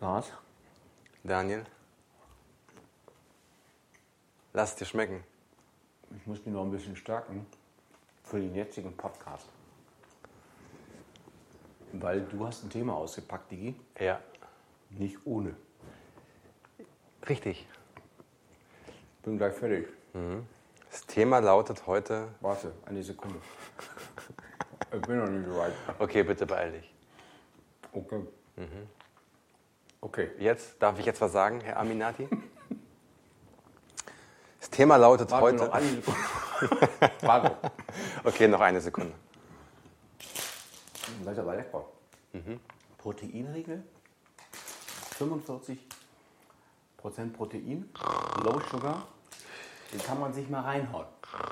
Was? Daniel, lass es dir schmecken. Ich muss mich noch ein bisschen stärken für den jetzigen Podcast. Weil du hast ein Thema ausgepackt, Digi. Ja, Nicht ohne. richtig. Bin gleich fertig. Das Thema lautet heute... Warte, eine Sekunde. Ich bin noch nicht so weit. Okay, bitte beeil dich. Okay. Okay. Darf ich jetzt was sagen, Herr Aminati? Das Thema lautet Warte heute... noch eine Sekunde. Warte. Okay, noch eine Sekunde. Das ist aber lecker. Proteinriegel. 45% Protein. Low Sugar. Den kann man sich mal reinhauen.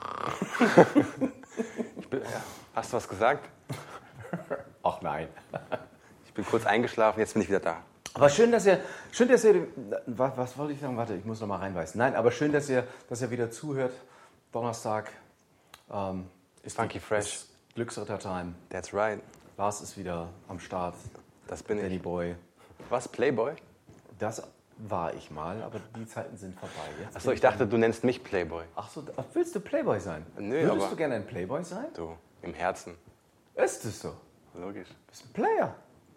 Hast du was gesagt? Ach nein. Ich bin kurz eingeschlafen, jetzt bin ich wieder da. Aber schön, dass ihr, was wollte ich sagen? Warte, ich muss noch mal reinweisen. Nein, aber schön, dass ihr wieder zuhört. Donnerstag ist Funky Fresh. ist Glücksritter-Time. That's right. Lars ist wieder am Start. Das bin Danny ich. Boy. Was, Playboy? Das war ich mal, aber die Zeiten sind vorbei. Jetzt Achso, bin ich dachte, du nennst mich Playboy. Ach so, willst du Playboy sein? Nö, Würdest aber- du gerne ein Playboy sein? Du, im Herzen. Ist es so? Logisch. Du bist ein Player.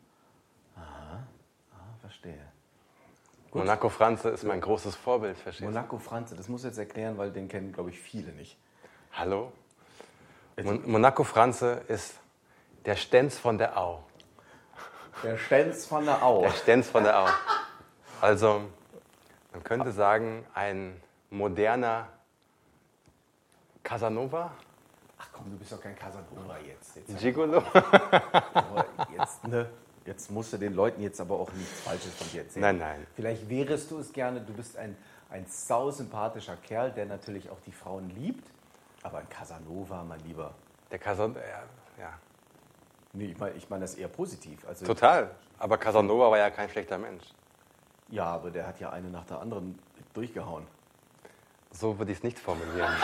Verstehe. Monaco Franze ist mein großes Vorbild, verstehst du? Monaco Franze, das muss ich jetzt erklären, weil den kennen, glaube ich, viele nicht. Hallo? Monaco Franze ist der Stenz von der Au. Der Stenz von der Au. Der Stenz von der Au. Also, man könnte sagen, ein moderner Casanova, Ach komm, du bist doch kein Casanova jetzt. Gigolo. Aber jetzt, ne? Jetzt musst du den Leuten jetzt aber auch nichts Falsches von dir erzählen. Nein, nein. Vielleicht wärest du es gerne, du bist ein sausympathischer Kerl, der natürlich auch die Frauen liebt. Aber ein Casanova, mein Lieber. Der Casanova, ja. Nee, ich meine das eher positiv. Also, Total. Aber Casanova war ja kein schlechter Mensch. Ja, aber der hat ja eine nach der anderen durchgehauen. So würde ich es nicht formulieren.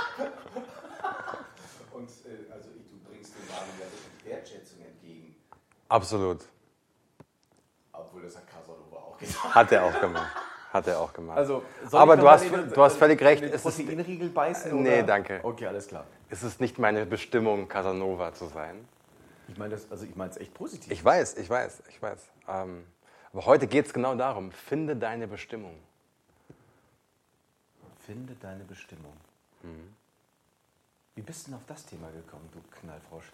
Und also du bringst dem Wagen ja wirklich Wertschätzung entgegen. Absolut. Obwohl das hat Casanova auch gesagt. Hat er auch gemacht. Hat er auch gemacht. Also, Aber du hast völlig recht. Den Es ist, Proteinriegel beißen? Nee, oder? danke. Okay, alles klar. es ist nicht meine Bestimmung, Casanova zu sein. Ich meine es echt positiv. Ich weiß. Aber heute geht es genau darum, finde deine Bestimmung. Finde deine Bestimmung. Wie bist du denn auf das Thema gekommen, du Knallfrosch?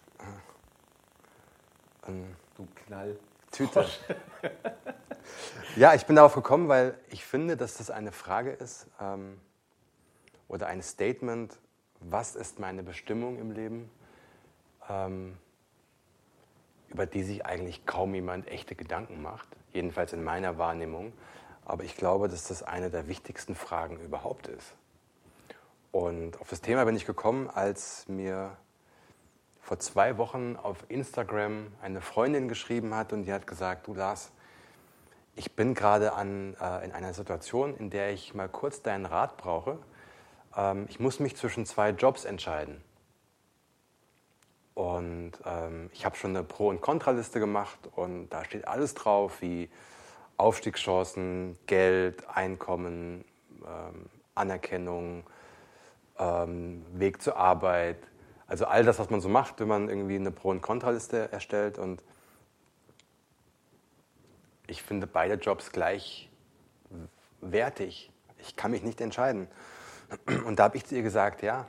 Du Knall. Tüte. Ja, ich bin darauf gekommen, weil ich finde, dass das eine Frage ist oder ein Statement, was ist meine Bestimmung im Leben, über die sich eigentlich kaum jemand echte Gedanken macht, jedenfalls in meiner Wahrnehmung. Aber ich glaube, dass das eine der wichtigsten Fragen überhaupt ist. Und auf das Thema bin ich gekommen, als mir vor 2 Wochen auf Instagram eine Freundin geschrieben hat und die hat gesagt, du Lars, ich bin gerade in einer Situation, in der ich mal kurz deinen Rat brauche. Ich muss mich zwischen 2 Jobs entscheiden. Und ich habe schon eine Pro- und Kontraliste gemacht und da steht alles drauf, wie Aufstiegschancen, Geld, Einkommen, Anerkennung, Weg zur Arbeit. Also all das, was man so macht, wenn man irgendwie eine Pro- und Kontraliste erstellt. Und ich finde beide Jobs gleichwertig. Ich kann mich nicht entscheiden. Und da habe ich zu ihr gesagt, ja,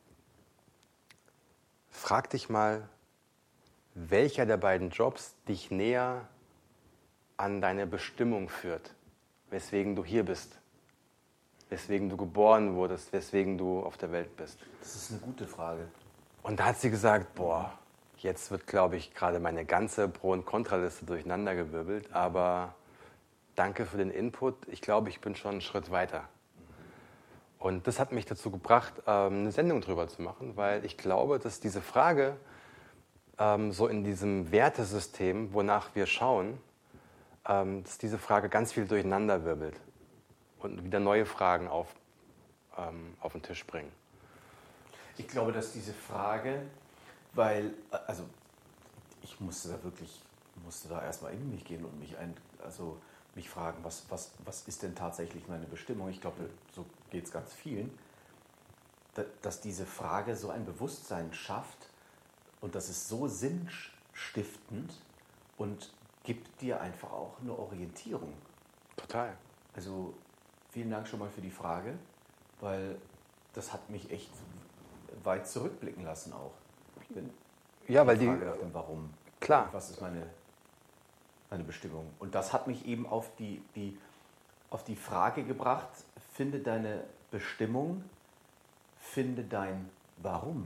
frag dich mal, welcher der beiden Jobs dich näher an deine Bestimmung führt, weswegen du hier bist, weswegen du geboren wurdest, weswegen du auf der Welt bist. Das ist eine gute Frage. Und da hat sie gesagt, boah, jetzt wird, glaube ich, gerade meine ganze Pro- und Kontraliste durcheinandergewirbelt, aber danke für den Input. Ich glaube, ich bin schon einen Schritt weiter. Und das hat mich dazu gebracht, eine Sendung drüber zu machen, weil ich glaube, dass diese Frage so in diesem Wertesystem, wonach wir schauen, dass diese Frage ganz viel durcheinander wirbelt und wieder neue Fragen auf den Tisch bringen. Ich glaube, dass diese Frage, weil, also ich musste da erstmal in mich gehen und mich mich fragen, was ist denn tatsächlich meine Bestimmung? Ich glaube, so geht es ganz vielen, dass diese Frage so ein Bewusstsein schafft und das ist so sinnstiftend und gibt dir einfach auch eine Orientierung. Total. Also vielen Dank schon mal für die Frage, weil das hat mich echt weit zurückblicken lassen auch. Ja, weil Frage nach dem Warum. Klar. Was ist meine Bestimmung? Und das hat mich eben auf die Frage gebracht, finde deine Bestimmung, finde dein Warum.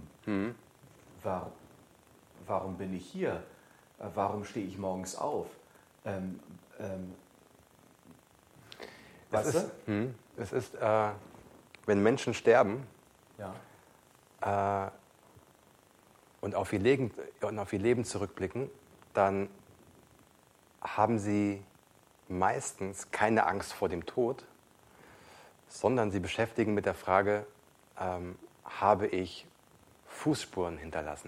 Warum bin ich hier? Warum stehe ich morgens auf? Weißt du? Es ist, wenn Menschen sterben Ja. und auf ihr Leben zurückblicken, dann haben sie meistens keine Angst vor dem Tod, sondern sie beschäftigen mit der Frage, habe ich Fußspuren hinterlassen?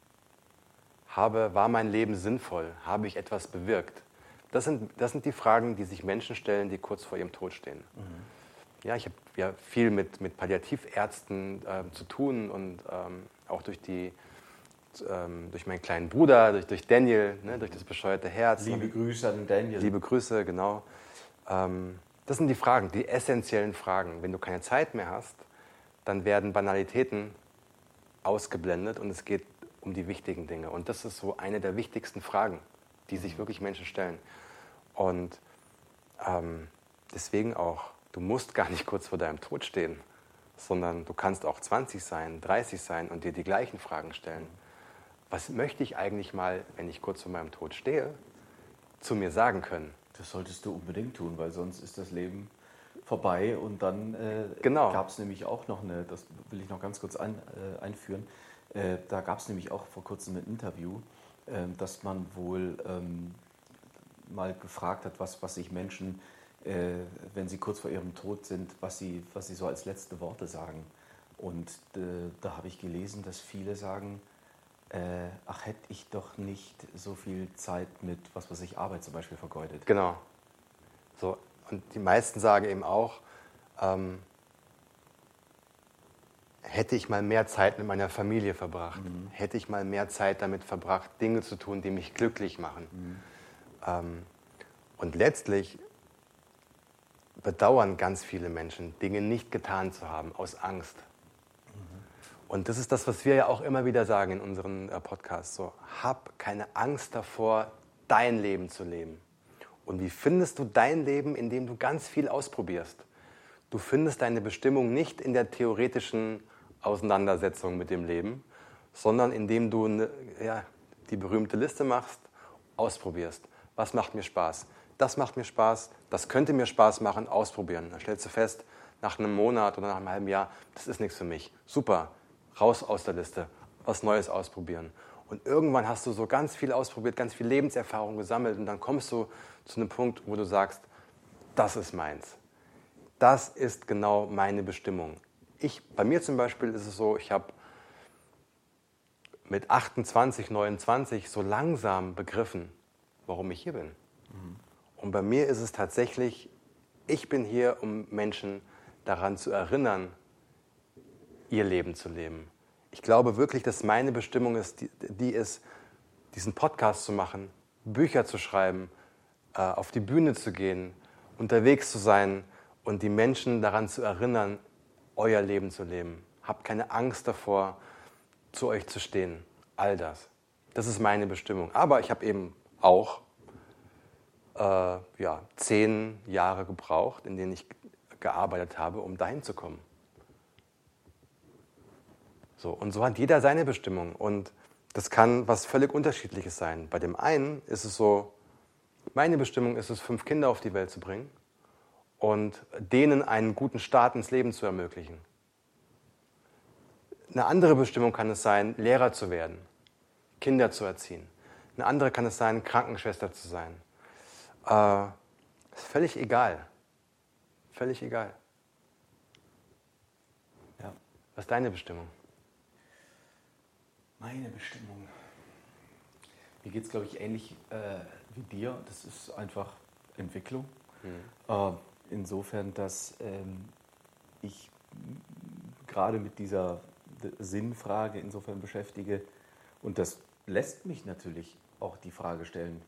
War mein Leben sinnvoll? Habe ich etwas bewirkt? Das sind die Fragen, die sich Menschen stellen, die kurz vor ihrem Tod stehen. Ja, ich habe ja viel mit Palliativärzten zu tun und auch durch meinen kleinen Bruder, durch Daniel, ne, durch das bescheuerte Herz. Liebe Grüße an Daniel. Liebe Grüße, genau. Das sind die Fragen, die essentiellen Fragen. Wenn du keine Zeit mehr hast, dann werden Banalitäten ausgeblendet und es geht um die wichtigen Dinge. Und das ist so eine der wichtigsten Fragen, die sich wirklich Menschen stellen. Und deswegen auch, du musst gar nicht kurz vor deinem Tod stehen, sondern du kannst auch 20 sein, 30 sein und dir die gleichen Fragen stellen. Was möchte ich eigentlich mal, wenn ich kurz vor meinem Tod stehe, zu mir sagen können? Das solltest du unbedingt tun, weil sonst ist das Leben vorbei. Und dann Genau. gab es nämlich auch noch das will ich noch ganz kurz einführen, da gab es nämlich auch vor kurzem ein Interview, dass man wohl mal gefragt hat, was sich Menschen, wenn sie kurz vor ihrem Tod sind, was sie so als letzte Worte sagen. Und da habe ich gelesen, dass viele sagen, ach, hätte ich doch nicht so viel Zeit mit, was weiß ich, Arbeit zum Beispiel vergeudet. Genau. So, und die meisten sagen eben auch, hätte ich mal mehr Zeit mit meiner Familie verbracht, hätte ich mal mehr Zeit damit verbracht, Dinge zu tun, die mich glücklich machen. Und letztlich bedauern ganz viele Menschen, Dinge nicht getan zu haben, aus Angst. Und das ist das, was wir ja auch immer wieder sagen in unseren Podcasts. So, hab keine Angst davor, dein Leben zu leben. Und wie findest du dein Leben, indem du ganz viel ausprobierst? Du findest deine Bestimmung nicht in der theoretischen Auseinandersetzung mit dem Leben, sondern indem du die berühmte Liste machst, ausprobierst. Was macht mir Spaß? Das macht mir Spaß, das könnte mir Spaß machen, ausprobieren. Dann stellst du fest, nach einem Monat oder nach einem halben Jahr, das ist nichts für mich. Super, raus aus der Liste, was Neues ausprobieren. Und irgendwann hast du so ganz viel ausprobiert, ganz viel Lebenserfahrung gesammelt und dann kommst du zu einem Punkt, wo du sagst, das ist meins. Das ist genau meine Bestimmung. Bei mir zum Beispiel ist es so, ich habe mit 28, 29 so langsam begriffen, warum ich hier bin. Und bei mir ist es tatsächlich, ich bin hier, um Menschen daran zu erinnern, ihr Leben zu leben. Ich glaube wirklich, dass meine Bestimmung ist, die ist, diesen Podcast zu machen, Bücher zu schreiben, auf die Bühne zu gehen, unterwegs zu sein und die Menschen daran zu erinnern, euer Leben zu leben. Habt keine Angst davor, zu euch zu stehen. All das. Das ist meine Bestimmung. Aber ich habe eben auch 10 Jahre gebraucht, in denen ich gearbeitet habe, um dahin zu kommen. So, und so hat jeder seine Bestimmung. Und das kann was völlig Unterschiedliches sein. Bei dem einen ist es so, meine Bestimmung ist es, 5 Kinder auf die Welt zu bringen und denen einen guten Start ins Leben zu ermöglichen. Eine andere Bestimmung kann es sein, Lehrer zu werden, Kinder zu erziehen. Eine andere kann es sein, Krankenschwester zu sein. Ist völlig egal. Völlig egal. Ja. Was ist deine Bestimmung? Meine Bestimmung. Mir geht es, glaube ich, ähnlich wie dir. Das ist einfach Entwicklung. Insofern, dass ich gerade mit dieser Sinnfrage insofern beschäftige und das lässt mich natürlich auch die Frage stellen,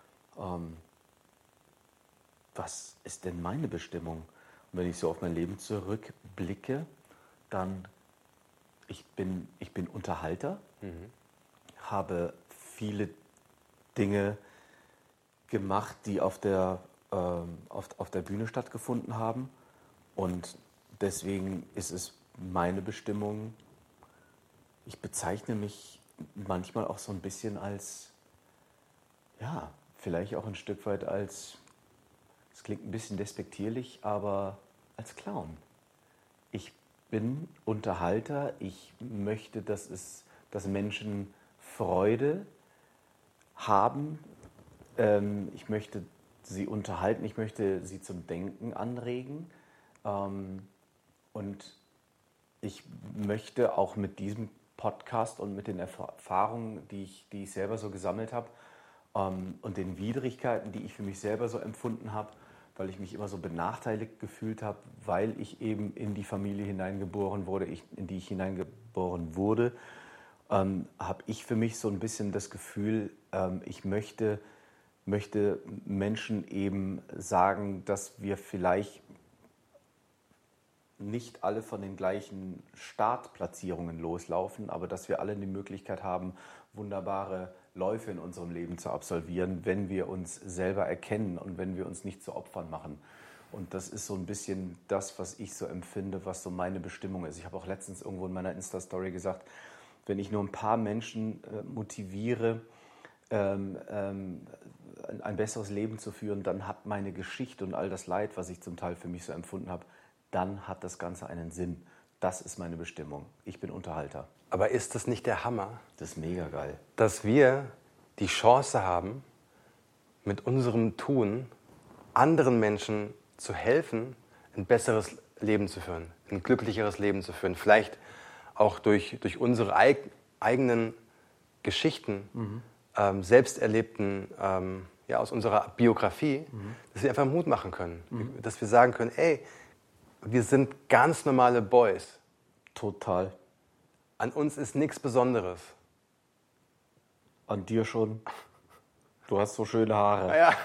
was ist denn meine Bestimmung? Und wenn ich so auf mein Leben zurückblicke, dann ich bin Unterhalter, habe viele Dinge gemacht, die auf der Bühne stattgefunden haben und deswegen ist es meine Bestimmung. Ich bezeichne mich manchmal auch so ein bisschen als, ja, vielleicht auch ein Stück weit als, es klingt ein bisschen despektierlich, aber als Clown. Ich bin Unterhalter, ich möchte, dass Menschen Freude haben, ich möchte sie unterhalten, ich möchte sie zum Denken anregen und ich möchte auch mit diesem Podcast und mit den Erfahrungen, die ich selber so gesammelt habe und den Widrigkeiten, die ich für mich selber so empfunden habe, weil ich mich immer so benachteiligt gefühlt habe, weil ich eben in die Familie hineingeboren wurde, in die ich hineingeboren wurde, habe ich für mich so ein bisschen das Gefühl, ich möchte Menschen eben sagen, dass wir vielleicht nicht alle von den gleichen Startplatzierungen loslaufen, aber dass wir alle die Möglichkeit haben, wunderbare Läufe in unserem Leben zu absolvieren, wenn wir uns selber erkennen und wenn wir uns nicht zu Opfern machen. Und das ist so ein bisschen das, was ich so empfinde, was so meine Bestimmung ist. Ich habe auch letztens irgendwo in meiner Insta-Story gesagt, wenn ich nur ein paar Menschen motiviere, ein besseres Leben zu führen, dann hat meine Geschichte und all das Leid, was ich zum Teil für mich so empfunden habe, dann hat das Ganze einen Sinn. Das ist meine Bestimmung. Ich bin Unterhalter. Aber ist das nicht der Hammer? Das ist mega geil. Dass wir die Chance haben, mit unserem Tun anderen Menschen zu helfen, ein besseres Leben zu führen, ein glücklicheres Leben zu führen. Vielleicht auch durch unsere eigenen Geschichten, selbst erlebten, aus unserer Biografie, dass wir einfach Mut machen können. Dass wir sagen können, ey, wir sind ganz normale Boys. Total. An uns ist nichts Besonderes. An dir schon. Du hast so schöne Haare. Ja.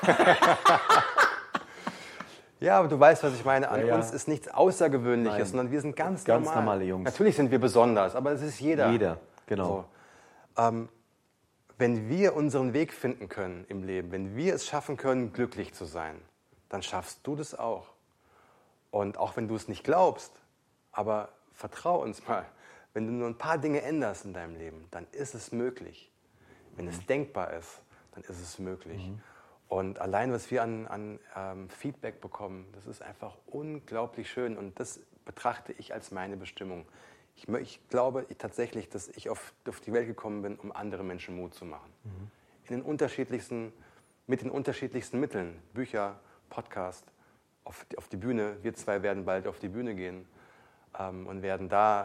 Ja, aber du weißt, was ich meine. An uns ist nichts Außergewöhnliches, sondern wir sind ganz normale Jungs. Natürlich sind wir besonders, aber es ist jeder. Jeder, genau. So. Wenn wir unseren Weg finden können im Leben, wenn wir es schaffen können, glücklich zu sein, dann schaffst du das auch. Und auch wenn du es nicht glaubst, aber vertrau uns mal, wenn du nur ein paar Dinge änderst in deinem Leben, dann ist es möglich. Wenn es denkbar ist, dann ist es möglich. Und allein, was wir an Feedback bekommen, das ist einfach unglaublich schön. Und das betrachte ich als meine Bestimmung. Ich glaube tatsächlich, dass ich auf die Welt gekommen bin, um anderen Menschen Mut zu machen. Mit den unterschiedlichsten Mitteln. Bücher, Podcast, auf die Bühne. Wir zwei werden bald auf die Bühne gehen und werden da...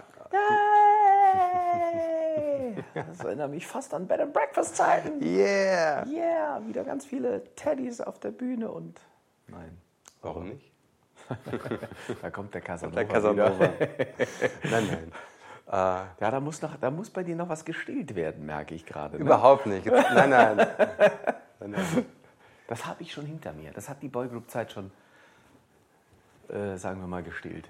Das erinnert mich fast an Bed and Breakfast Zeiten. Yeah! Yeah, wieder ganz viele Teddys auf der Bühne und... Nein. Warum nicht? Da kommt der Casanova. Nein. Ja, da muss bei dir noch was gestillt werden, merke ich gerade. Ne? Überhaupt nicht. Nein. Das habe ich schon hinter mir. Das hat die Boygroup-Zeit schon, sagen wir mal, gestillt.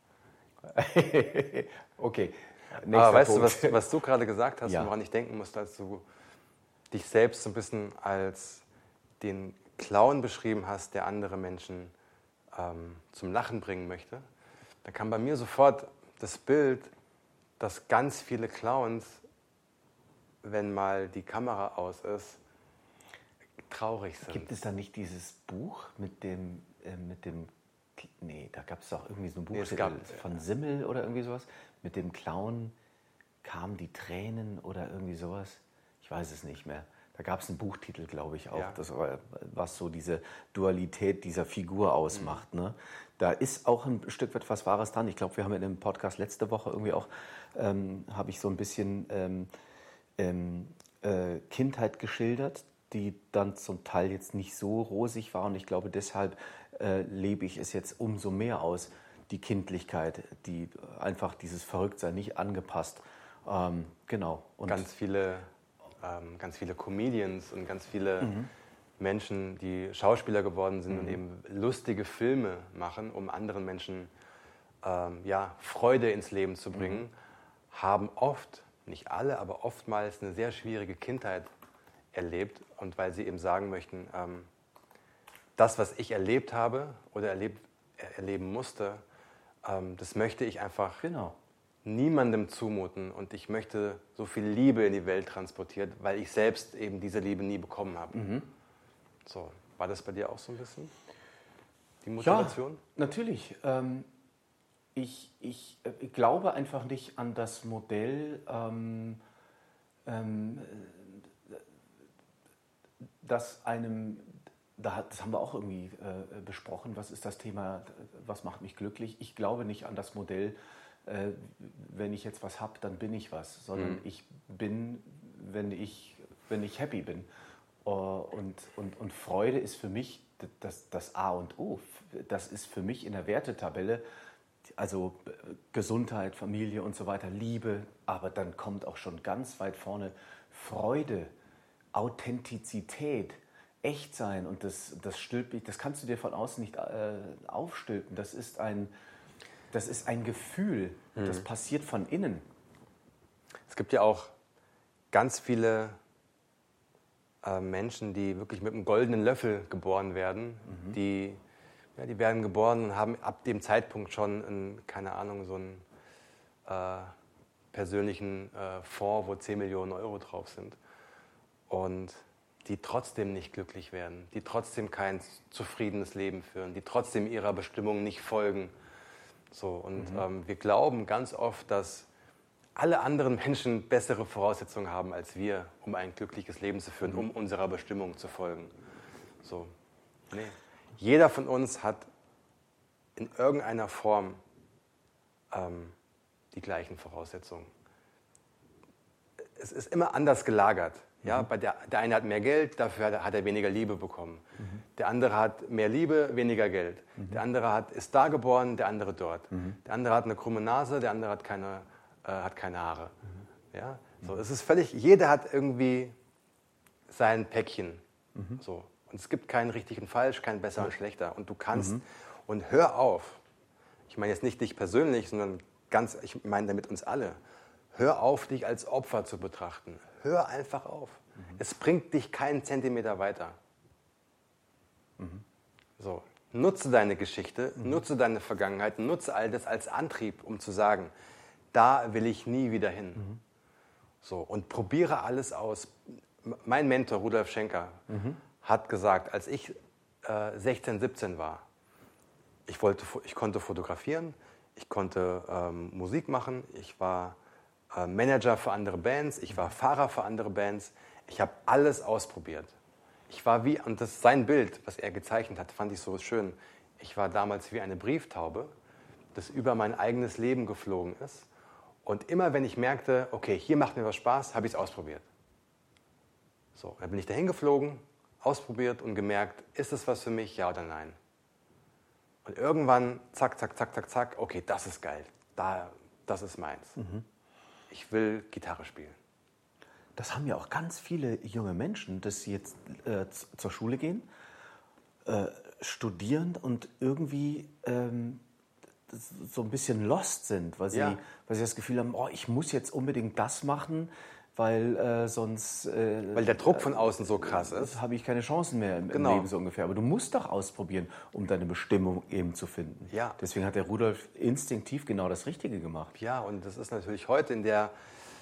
Okay. Aber weißt du, was du gerade gesagt hast, Ja. woran ich denken musste, als du dich selbst so ein bisschen als den Clown beschrieben hast, der andere Menschen zum Lachen bringen möchte, da kam bei mir sofort das Bild, dass ganz viele Clowns, wenn mal die Kamera aus ist, traurig sind. Gibt es da nicht dieses Buch mit dem nee, da gab es doch irgendwie so ein Buch von Simmel oder irgendwie sowas, mit dem Clown kamen die Tränen oder irgendwie sowas, ich weiß es nicht mehr. Da gab es einen Buchtitel, glaube ich, auch, das war, was so diese Dualität dieser Figur ausmacht. Ne? Da ist auch ein Stück weit was Wahres dran. Ich glaube, wir haben in dem Podcast letzte Woche irgendwie auch, habe ich so ein bisschen Kindheit geschildert, die dann zum Teil jetzt nicht so rosig war. Und ich glaube, deshalb lebe ich es jetzt umso mehr aus, die Kindlichkeit, die einfach dieses Verrücktsein nicht angepasst. Genau. Und ganz viele Comedians und ganz viele Menschen, die Schauspieler geworden sind und eben lustige Filme machen, um anderen Menschen Freude ins Leben zu bringen, haben oft, nicht alle, aber oftmals eine sehr schwierige Kindheit erlebt. Und weil sie eben sagen möchten, das, was ich erlebt habe oder erleben musste, das möchte ich einfach niemandem zumuten. Und ich möchte so viel Liebe in die Welt transportiert, weil ich selbst eben diese Liebe nie bekommen habe. So, war das bei dir auch so ein bisschen, die Motivation? Ja, natürlich. Ich glaube einfach nicht an das Modell, das einem, das haben wir auch irgendwie besprochen, was ist das Thema, was macht mich glücklich? Ich glaube nicht an das Modell, wenn ich jetzt was habe, dann bin ich was, sondern ich bin, wenn ich happy bin. Und Freude ist für mich das A und O. Das ist für mich in der Wertetabelle, also Gesundheit, Familie und so weiter, Liebe, aber dann kommt auch schon ganz weit vorne Freude, Authentizität, Echtsein, und das kannst du dir von außen nicht aufstülpen. Das ist ein Gefühl, das passiert von innen. Es gibt ja auch ganz viele Menschen, die wirklich mit einem goldenen Löffel geboren werden, die werden geboren und haben ab dem Zeitpunkt schon so einen persönlichen Fonds, wo 10 Millionen Euro drauf sind. Und die trotzdem nicht glücklich werden, die trotzdem kein zufriedenes Leben führen, die trotzdem ihrer Bestimmung nicht folgen. So, und wir glauben ganz oft, dass alle anderen Menschen bessere Voraussetzungen haben als wir, um ein glückliches Leben zu führen, um unserer Bestimmung zu folgen. So, nee. Jeder von uns hat in irgendeiner Form die gleichen Voraussetzungen. Es ist immer anders gelagert. Ja? Der eine hat mehr Geld, dafür hat er weniger Liebe bekommen. Der andere hat mehr Liebe, weniger Geld. Der andere ist da geboren, der andere dort. Der andere hat eine krumme Nase, der andere hat keine Haare. Ja? So, es ist jeder hat irgendwie sein Päckchen. So. Und es gibt keinen richtig und falsch, kein besser und schlechter. Und du kannst, und hör auf, ich meine jetzt nicht dich persönlich, sondern ich meine damit uns alle, hör auf, dich als Opfer zu betrachten. Hör einfach auf. Es bringt dich keinen Zentimeter weiter. So. Nutze deine Geschichte, nutze deine Vergangenheit, nutze all das als Antrieb, um zu sagen, da will ich nie wieder hin. So. Und probiere alles aus. Mein Mentor, Rudolf Schenker, hat gesagt, als ich 16, 17 war, ich konnte fotografieren, ich konnte Musik machen, ich war Manager für andere Bands, ich war Fahrer für andere Bands, ich habe alles ausprobiert. Ich war und das ist sein Bild, was er gezeichnet hat, fand ich so schön. Ich war damals wie eine Brieftaube, das über mein eigenes Leben geflogen ist. Und immer wenn ich merkte, okay, hier macht mir was Spaß, habe ich es ausprobiert. So, dann bin ich dahin geflogen, ausprobiert und gemerkt, ist es was für mich, ja oder nein? Und irgendwann, zack, zack, zack, zack, zack, okay, das ist geil, das ist meins. Ich will Gitarre spielen. Das haben ja auch ganz viele junge Menschen, dass sie jetzt zur Schule gehen, studieren und irgendwie so ein bisschen lost sind, weil sie das Gefühl haben, ich muss jetzt unbedingt das machen, weil sonst... weil der Druck von außen so krass ist. Habe ich keine Chancen mehr im Leben so ungefähr. Aber du musst doch ausprobieren, um deine Bestimmung eben zu finden. Ja. Deswegen hat der Rudolf instinktiv genau das Richtige gemacht. Ja, und das ist natürlich heute in der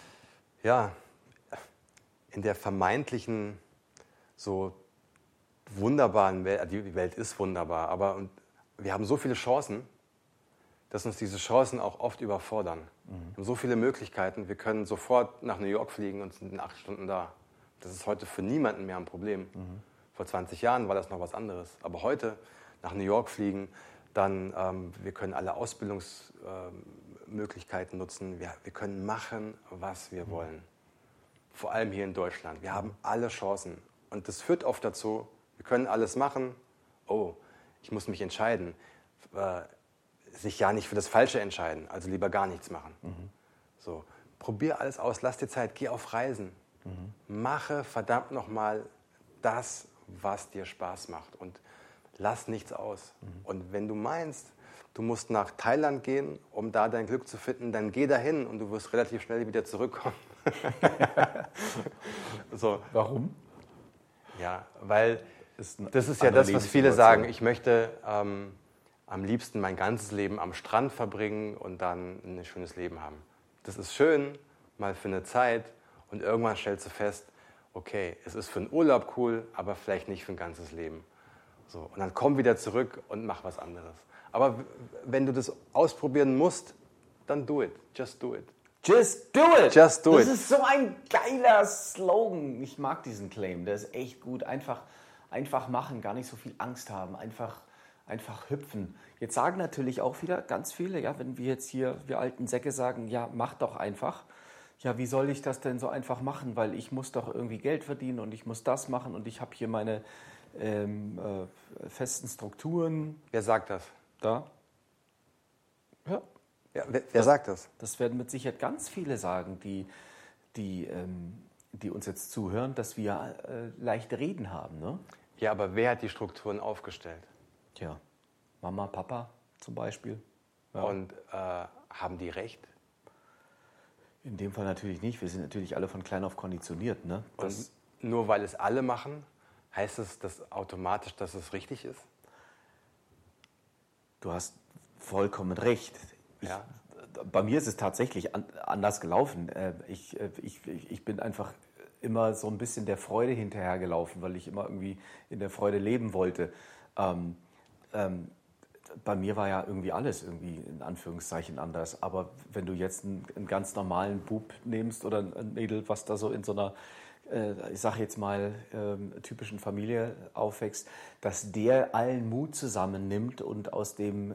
vermeintlichen, so wunderbaren Welt, die Welt ist wunderbar, aber wir haben so viele Chancen, dass uns diese Chancen auch oft überfordern. Wir haben so viele Möglichkeiten, wir können sofort nach New York fliegen und sind in 8 Stunden da. Das ist heute für niemanden mehr ein Problem. Vor 20 Jahren war das noch was anderes. Aber heute nach New York fliegen, dann wir können alle Ausbildungsmöglichkeiten nutzen, wir können machen, was wir wollen. Vor allem hier in Deutschland. Wir haben alle Chancen. Und das führt oft dazu, wir können alles machen, oh, ich muss mich entscheiden, sich ja nicht für das Falsche entscheiden, also lieber gar nichts machen. So, probier alles aus, lass dir Zeit, geh auf Reisen. Mache verdammt nochmal das, was dir Spaß macht und lass nichts aus. Und wenn du meinst, du musst nach Thailand gehen, um da dein Glück zu finden, dann geh dahin und du wirst relativ schnell wieder zurückkommen. So. Warum? Ja, weil Das ist ja das, was viele sagen. Ich möchte am liebsten mein ganzes Leben am Strand verbringen und dann ein schönes Leben haben. Das ist schön, mal für eine Zeit, und irgendwann stellst du fest, okay, es ist für einen Urlaub cool, aber vielleicht nicht für ein ganzes Leben. So, und dann komm wieder zurück und mach was anderes. Aber wenn du das ausprobieren musst, dann do it. Just do it. Just do it! Just do it. Das ist so ein geiler Slogan. Ich mag diesen Claim, der ist echt gut. Einfach machen, gar nicht so viel Angst haben, einfach hüpfen. Jetzt sagen natürlich auch wieder ganz viele, ja, wenn wir jetzt hier, wir alten Säcke sagen, ja, mach doch einfach. Ja, wie soll ich das denn so einfach machen? Weil ich muss doch irgendwie Geld verdienen und ich muss das machen und ich habe hier meine festen Strukturen. Wer sagt das? Da. Ja. Ja, wer sagt das? Das werden mit Sicherheit ganz viele sagen, die uns jetzt zuhören, dass wir leichte Reden haben. Ne? Ja, aber wer hat die Strukturen aufgestellt? Tja, Mama, Papa zum Beispiel. Ja. Und haben die recht? In dem Fall natürlich nicht. Wir sind natürlich alle von klein auf konditioniert. Ne? Und nur weil es alle machen, heißt es das automatisch, dass es richtig ist? Du hast vollkommen recht. Ja. Bei mir ist es tatsächlich anders gelaufen. Ich bin einfach immer so ein bisschen der Freude hinterhergelaufen, weil ich immer irgendwie in der Freude leben wollte. Bei mir war ja irgendwie alles irgendwie in Anführungszeichen anders. Aber wenn du jetzt einen ganz normalen Bub nimmst oder ein Mädel, was da so in so einer, ich sage jetzt mal, typischen Familie aufwächst, dass der allen Mut zusammennimmt und aus dem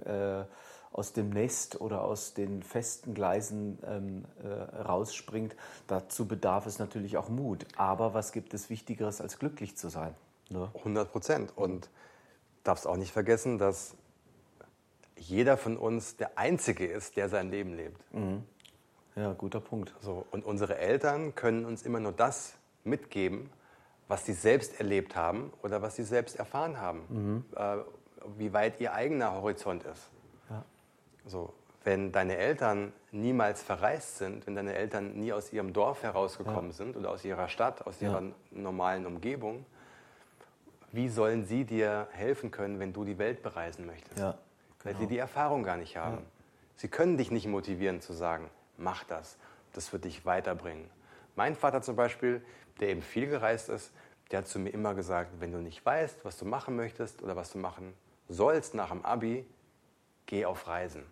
Nest oder aus den festen Gleisen rausspringt, dazu bedarf es natürlich auch Mut. Aber was gibt es Wichtigeres, als glücklich zu sein? Ne? 100%. Und darfst auch nicht vergessen, dass jeder von uns der Einzige ist, der sein Leben lebt. Mhm. Ja, guter Punkt. So, und unsere Eltern können uns immer nur das mitgeben, was sie selbst erlebt haben oder was sie selbst erfahren haben. Wie weit ihr eigener Horizont ist. Ja. So, wenn deine Eltern niemals verreist sind, wenn deine Eltern nie aus ihrem Dorf herausgekommen sind oder aus ihrer Stadt, aus ihrer normalen Umgebung, wie sollen sie dir helfen können, wenn du die Welt bereisen möchtest? Ja, Weil sie die Erfahrung gar nicht haben. Sie können dich nicht motivieren zu sagen, mach das, das wird dich weiterbringen. Mein Vater zum Beispiel, der eben viel gereist ist, der hat zu mir immer gesagt, wenn du nicht weißt, was du machen möchtest oder was du machen sollst nach dem Abi, geh auf Reisen.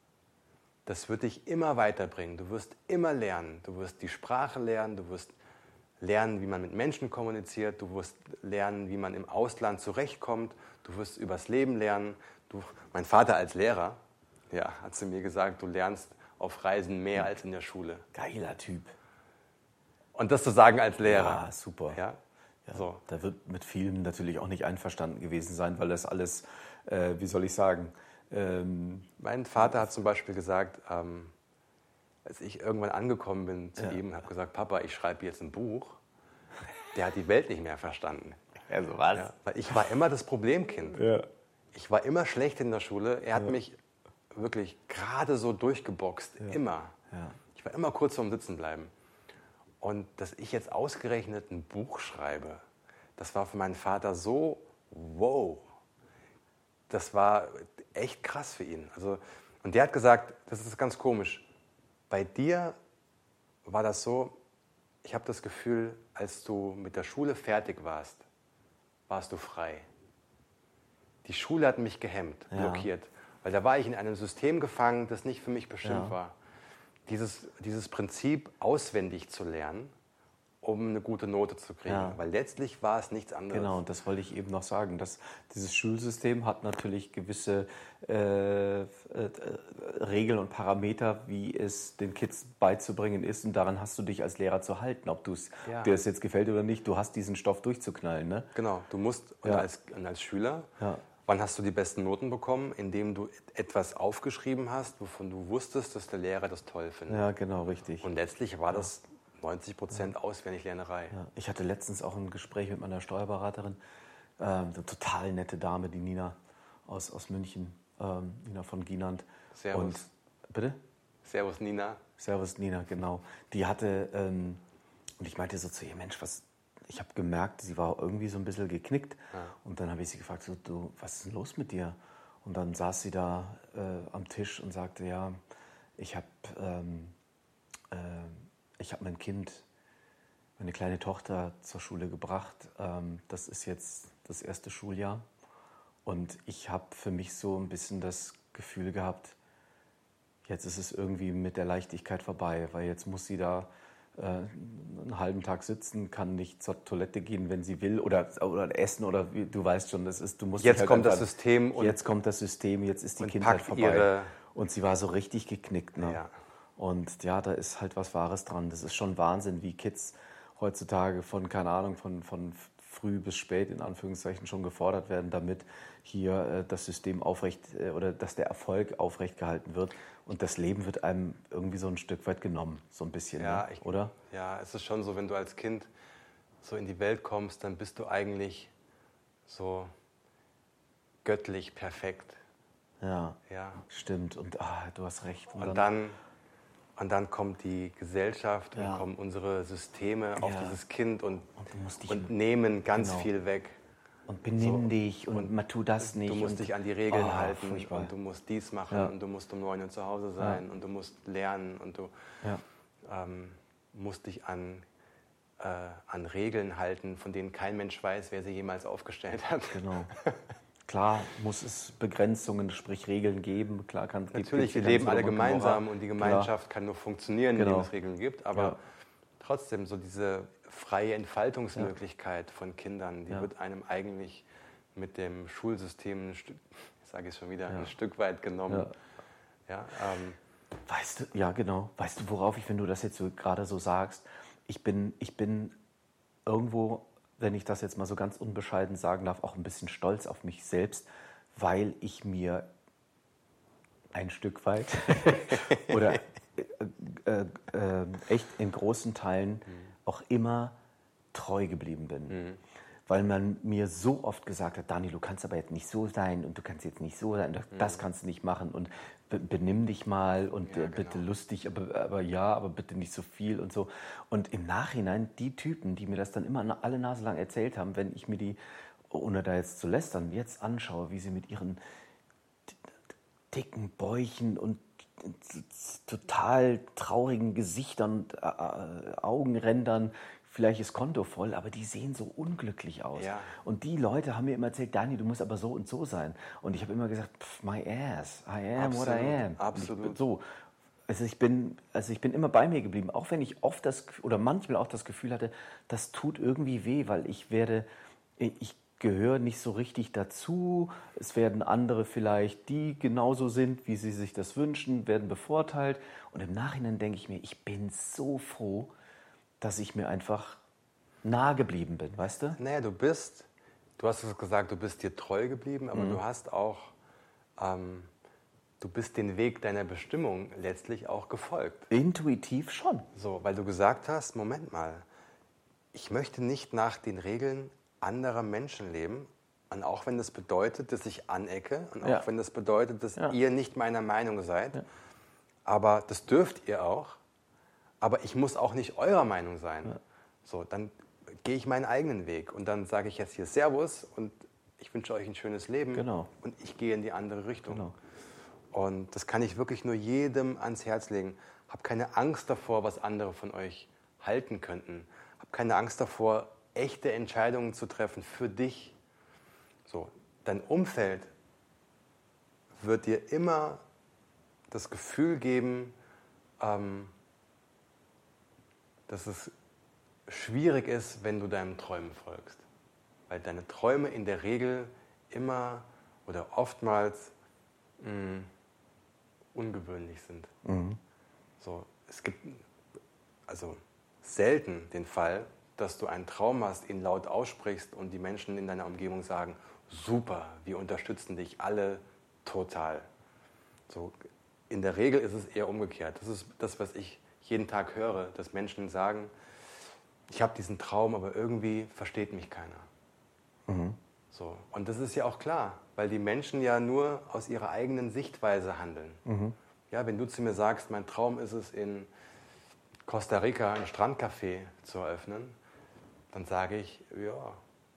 Das wird dich immer weiterbringen. Du wirst immer lernen. Du wirst die Sprache lernen, du wirst lernen, wie man mit Menschen kommuniziert, du wirst lernen, wie man im Ausland zurechtkommt, du wirst übers Leben lernen. Mein Vater als Lehrer, hat zu mir gesagt, du lernst auf Reisen mehr als in der Schule. Geiler Typ. Und das zu sagen als Lehrer. Ja, super. Ja? Ja, So. Da wird mit vielen natürlich auch nicht einverstanden gewesen sein, weil das alles, wie soll ich sagen... mein Vater hat zum Beispiel gesagt, als ich irgendwann angekommen bin zu ihm und habe gesagt, Papa, ich schreibe jetzt ein Buch, der hat die Welt nicht mehr verstanden. Also was? Ja, weil ich war immer das Problemkind. Ja. Ich war immer schlecht in der Schule. Er hat mich wirklich gerade so durchgeboxt, immer. Ja. Ich war immer kurz vorm Sitzenbleiben. Und dass ich jetzt ausgerechnet ein Buch schreibe, das war für meinen Vater so wow. Das war echt krass für ihn. Also, und der hat gesagt, das ist ganz komisch, bei dir war das so, ich habe das Gefühl, als du mit der Schule fertig warst, warst du frei. Die Schule hat mich gehemmt, blockiert, weil da war ich in einem System gefangen, das nicht für mich bestimmt war. Dieses Prinzip auswendig zu lernen um eine gute Note zu kriegen. Ja. Weil letztlich war es nichts anderes. Genau, und das wollte ich eben noch sagen. Dieses Schulsystem hat natürlich gewisse Regeln und Parameter, wie es den Kids beizubringen ist. Und daran hast du dich als Lehrer zu halten, ob dir es jetzt gefällt oder nicht. Du hast diesen Stoff durchzuknallen. Ne? Genau, du musst, und als Schüler, wann hast du die besten Noten bekommen? Indem du etwas aufgeschrieben hast, wovon du wusstest, dass der Lehrer das toll findet. Ja, genau, richtig. Und letztlich war das 90% Auswendiglernerei. Ja. Ich hatte letztens auch ein Gespräch mit meiner Steuerberaterin, eine total nette Dame, die Nina aus München, Nina von Gienand. Servus. Und, bitte? Servus Nina. Servus Nina, genau. Die hatte, und ich meinte so zu ihr, Mensch, ich habe gemerkt, sie war irgendwie so ein bisschen geknickt. Ja. Und dann habe ich sie gefragt, so, du, was ist denn los mit dir? Und dann saß sie da am Tisch und sagte, ja, ich habe mein Kind, meine kleine Tochter zur Schule gebracht. Das ist jetzt das erste Schuljahr. Und ich habe für mich so ein bisschen das Gefühl gehabt, jetzt ist es irgendwie mit der Leichtigkeit vorbei, weil jetzt muss sie da einen halben Tag sitzen, kann nicht zur Toilette gehen, wenn sie will, oder essen, oder du weißt schon, du musst jetzt halt kommt das System. Jetzt kommt das System, jetzt ist die Kindheit vorbei. Und sie war so richtig geknickt. Ne? Ja. Und ja, da ist halt was Wahres dran. Das ist schon Wahnsinn, wie Kids heutzutage von früh bis spät in Anführungszeichen schon gefordert werden, damit hier das System oder dass der Erfolg aufrecht gehalten wird. Und das Leben wird einem irgendwie so ein Stück weit genommen, so ein bisschen, ja, ne? Oder? Ja, es ist schon so, wenn du als Kind so in die Welt kommst, dann bist du eigentlich so göttlich perfekt. Ja, stimmt. Und du hast recht. Und dann kommt die Gesellschaft und kommen unsere Systeme auf dieses Kind und nehmen ganz viel weg. Und benimm dich und tu das nicht. Du musst dich an die Regeln halten furchtbar. und du musst dies machen und du musst um 9 Uhr zu Hause sein und du musst lernen und du musst dich an Regeln halten, von denen kein Mensch weiß, wer sie jemals aufgestellt hat. Genau. Klar muss es Begrenzungen, sprich Regeln geben. Klar natürlich, wir leben alle gemeinsam und die Gemeinschaft kann nur funktionieren, indem es Regeln gibt. Aber trotzdem, so diese freie Entfaltungsmöglichkeit von Kindern, die wird einem eigentlich mit dem Schulsystem, ich sage es schon wieder, ein Stück weit genommen. Weißt du, ja genau. Weißt du, worauf wenn du das jetzt so gerade so sagst, ich bin irgendwo, wenn ich das jetzt mal so ganz unbescheiden sagen darf, auch ein bisschen stolz auf mich selbst, weil ich mir ein Stück weit oder echt in großen Teilen auch immer treu geblieben bin. Weil man mir so oft gesagt hat, Daniel, du kannst aber jetzt nicht so sein und du kannst jetzt nicht so sein, das kannst du nicht machen und benimm dich mal und bitte lustig, aber bitte nicht so viel und so. Und im Nachhinein, die Typen, die mir das dann immer alle Nase lang erzählt haben, wenn ich mir die, ohne da jetzt zu lästern, jetzt anschaue, wie sie mit ihren dicken Bäuchen und total traurigen Gesichtern und Augenrändern, vielleicht ist Konto voll, aber die sehen so unglücklich aus. Ja. Und die Leute haben mir immer erzählt, Dani, du musst aber so und so sein. Und ich habe immer gesagt, my ass, I am what I am. Absolut. So. Also ich bin immer bei mir geblieben, auch wenn ich manchmal auch das Gefühl hatte, das tut irgendwie weh, weil ich gehöre nicht so richtig dazu. Es werden andere vielleicht, die genauso sind, wie sie sich das wünschen, werden bevorteilt. Und im Nachhinein denke ich mir, ich bin so froh, dass ich mir einfach nahe geblieben bin, weißt du? Naja, du hast es gesagt, du bist dir treu geblieben, aber du hast auch, du bist den Weg deiner Bestimmung letztlich auch gefolgt. Intuitiv schon. So, weil du gesagt hast, Moment mal, ich möchte nicht nach den Regeln anderer Menschen leben, und auch wenn das bedeutet, dass ich anecke und auch wenn das bedeutet, dass ihr nicht meiner Meinung seid, aber das dürft ihr auch, aber ich muss auch nicht eurer Meinung sein. Ja. So, dann gehe ich meinen eigenen Weg und dann sage ich jetzt hier Servus und ich wünsche euch ein schönes Leben und ich gehe in die andere Richtung. Genau. Und das kann ich wirklich nur jedem ans Herz legen. Hab keine Angst davor, was andere von euch halten könnten. Hab keine Angst davor, echte Entscheidungen zu treffen für dich. So, dein Umfeld wird dir immer das Gefühl geben, dass es schwierig ist, wenn du deinen Träumen folgst. Weil deine Träume in der Regel immer oder oftmals ungewöhnlich sind. So, es gibt also selten den Fall, dass du einen Traum hast, ihn laut aussprichst und die Menschen in deiner Umgebung sagen, super, wir unterstützen dich alle total. So, in der Regel ist es eher umgekehrt. Das ist das, was ich jeden Tag höre, dass Menschen sagen, ich habe diesen Traum, aber irgendwie versteht mich keiner. So. Und das ist ja auch klar, weil die Menschen ja nur aus ihrer eigenen Sichtweise handeln. Ja, wenn du zu mir sagst, mein Traum ist es, in Costa Rica ein Strandcafé zu eröffnen, dann sage ich, ja,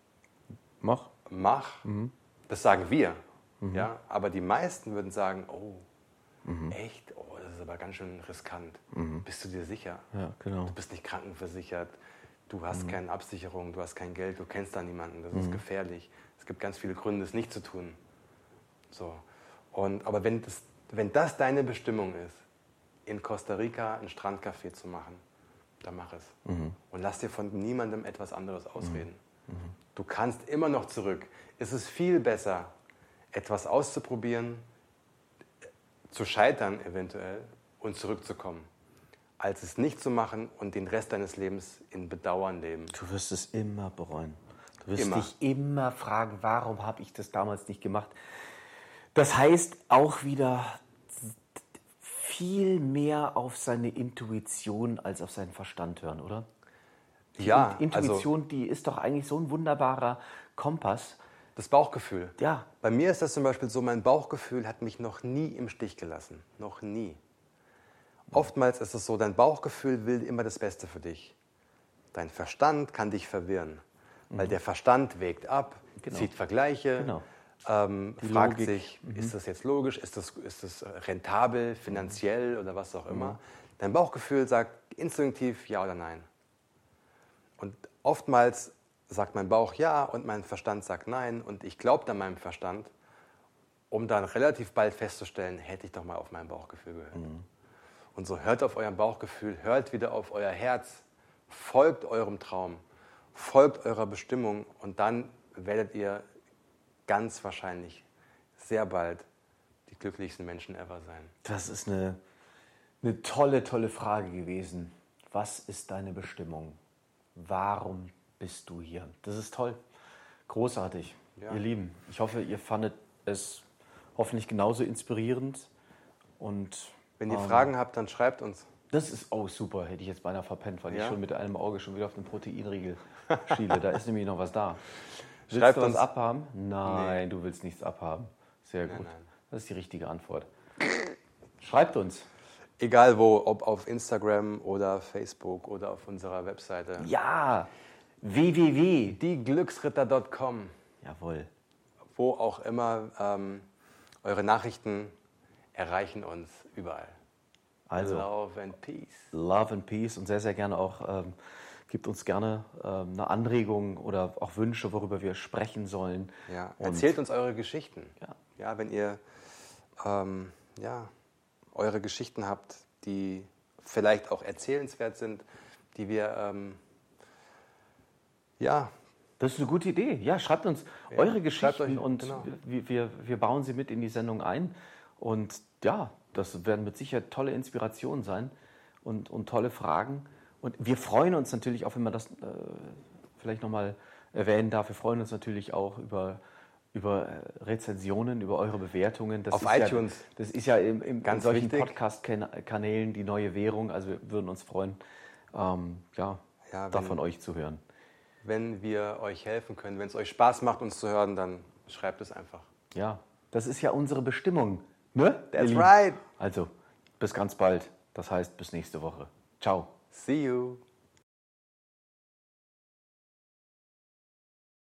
mach. Das sagen wir. Ja, aber die meisten würden sagen, oh, echt? Oh, das ist aber ganz schön riskant. Bist du dir sicher? Ja, genau. Du bist nicht krankenversichert, du hast keine Absicherung, du hast kein Geld, du kennst da niemanden, das ist gefährlich. Es gibt ganz viele Gründe, es nicht zu tun. So. Aber wenn das deine Bestimmung ist, in Costa Rica ein Strandcafé zu machen, dann mach es. Und lass dir von niemandem etwas anderes ausreden. Du kannst immer noch zurück. Es ist viel besser, etwas auszuprobieren, zu scheitern eventuell und zurückzukommen, als es nicht zu machen und den Rest deines Lebens in Bedauern leben. Du wirst es immer bereuen. Du wirst dich immer fragen, warum habe ich das damals nicht gemacht? Das heißt auch wieder viel mehr auf seine Intuition als auf seinen Verstand hören, oder? Ja, Intuition, die ist doch eigentlich so ein wunderbarer Kompass. Das Bauchgefühl. Ja. Bei mir ist das zum Beispiel so, mein Bauchgefühl hat mich noch nie im Stich gelassen. Noch nie. Oftmals ist es so, dein Bauchgefühl will immer das Beste für dich. Dein Verstand kann dich verwirren, weil der Verstand wägt ab, zieht Vergleiche, fragt sich, ist das jetzt logisch, ist das rentabel, finanziell oder was auch immer. Dein Bauchgefühl sagt instinktiv ja oder nein. Und oftmals sagt mein Bauch ja und mein Verstand sagt nein und ich glaube dann meinem Verstand, um dann relativ bald festzustellen, hätte ich doch mal auf mein Bauchgefühl gehört. Und so hört auf euer Bauchgefühl, hört wieder auf euer Herz, folgt eurem Traum, folgt eurer Bestimmung und dann werdet ihr ganz wahrscheinlich sehr bald die glücklichsten Menschen ever sein. Das ist eine tolle, tolle Frage gewesen. Was ist deine Bestimmung? Warum bist du hier? Das ist toll. Großartig. Ja. Ihr Lieben, ich hoffe, ihr fandet es hoffentlich genauso inspirierend. Und wenn ihr Fragen habt, dann schreibt uns. Das ist, super, hätte ich jetzt beinahe verpennt, weil ich schon mit einem Auge schon wieder auf den Proteinriegel schiele. Da ist nämlich noch was da. Willst du was abhaben? Nein, du willst nichts abhaben. Sehr gut. Nein. Das ist die richtige Antwort. Schreibt uns. Egal wo, ob auf Instagram oder Facebook oder auf unserer Webseite. Ja, www.dieglücksritter.com. Jawohl. Wo auch immer, eure Nachrichten erreichen uns überall. Also, Love and Peace. Love and Peace und sehr, sehr gerne auch, gebt uns gerne eine Anregung oder auch Wünsche, worüber wir sprechen sollen. Ja, erzählt uns eure Geschichten. Ja, wenn ihr eure Geschichten habt, die vielleicht auch erzählenswert sind, die wir, Das ist eine gute Idee. Ja, schreibt uns eure Geschichten und wir bauen sie mit in die Sendung ein. Und ja, das werden mit Sicherheit tolle Inspirationen sein und tolle Fragen. Und wir freuen uns natürlich auch, wenn man das vielleicht nochmal erwähnen darf, wir freuen uns natürlich auch über Rezensionen, über eure Bewertungen. Auf iTunes. Das ist ja in solchen Podcast-Kanälen die neue Währung. Also wir würden uns freuen, von euch zu hören. Wenn wir euch helfen können, wenn es euch Spaß macht, uns zu hören, dann schreibt es einfach. Ja, das ist ja unsere Bestimmung. Ne? That's right. Also, bis ganz bald. Das heißt, bis nächste Woche. Ciao. See you.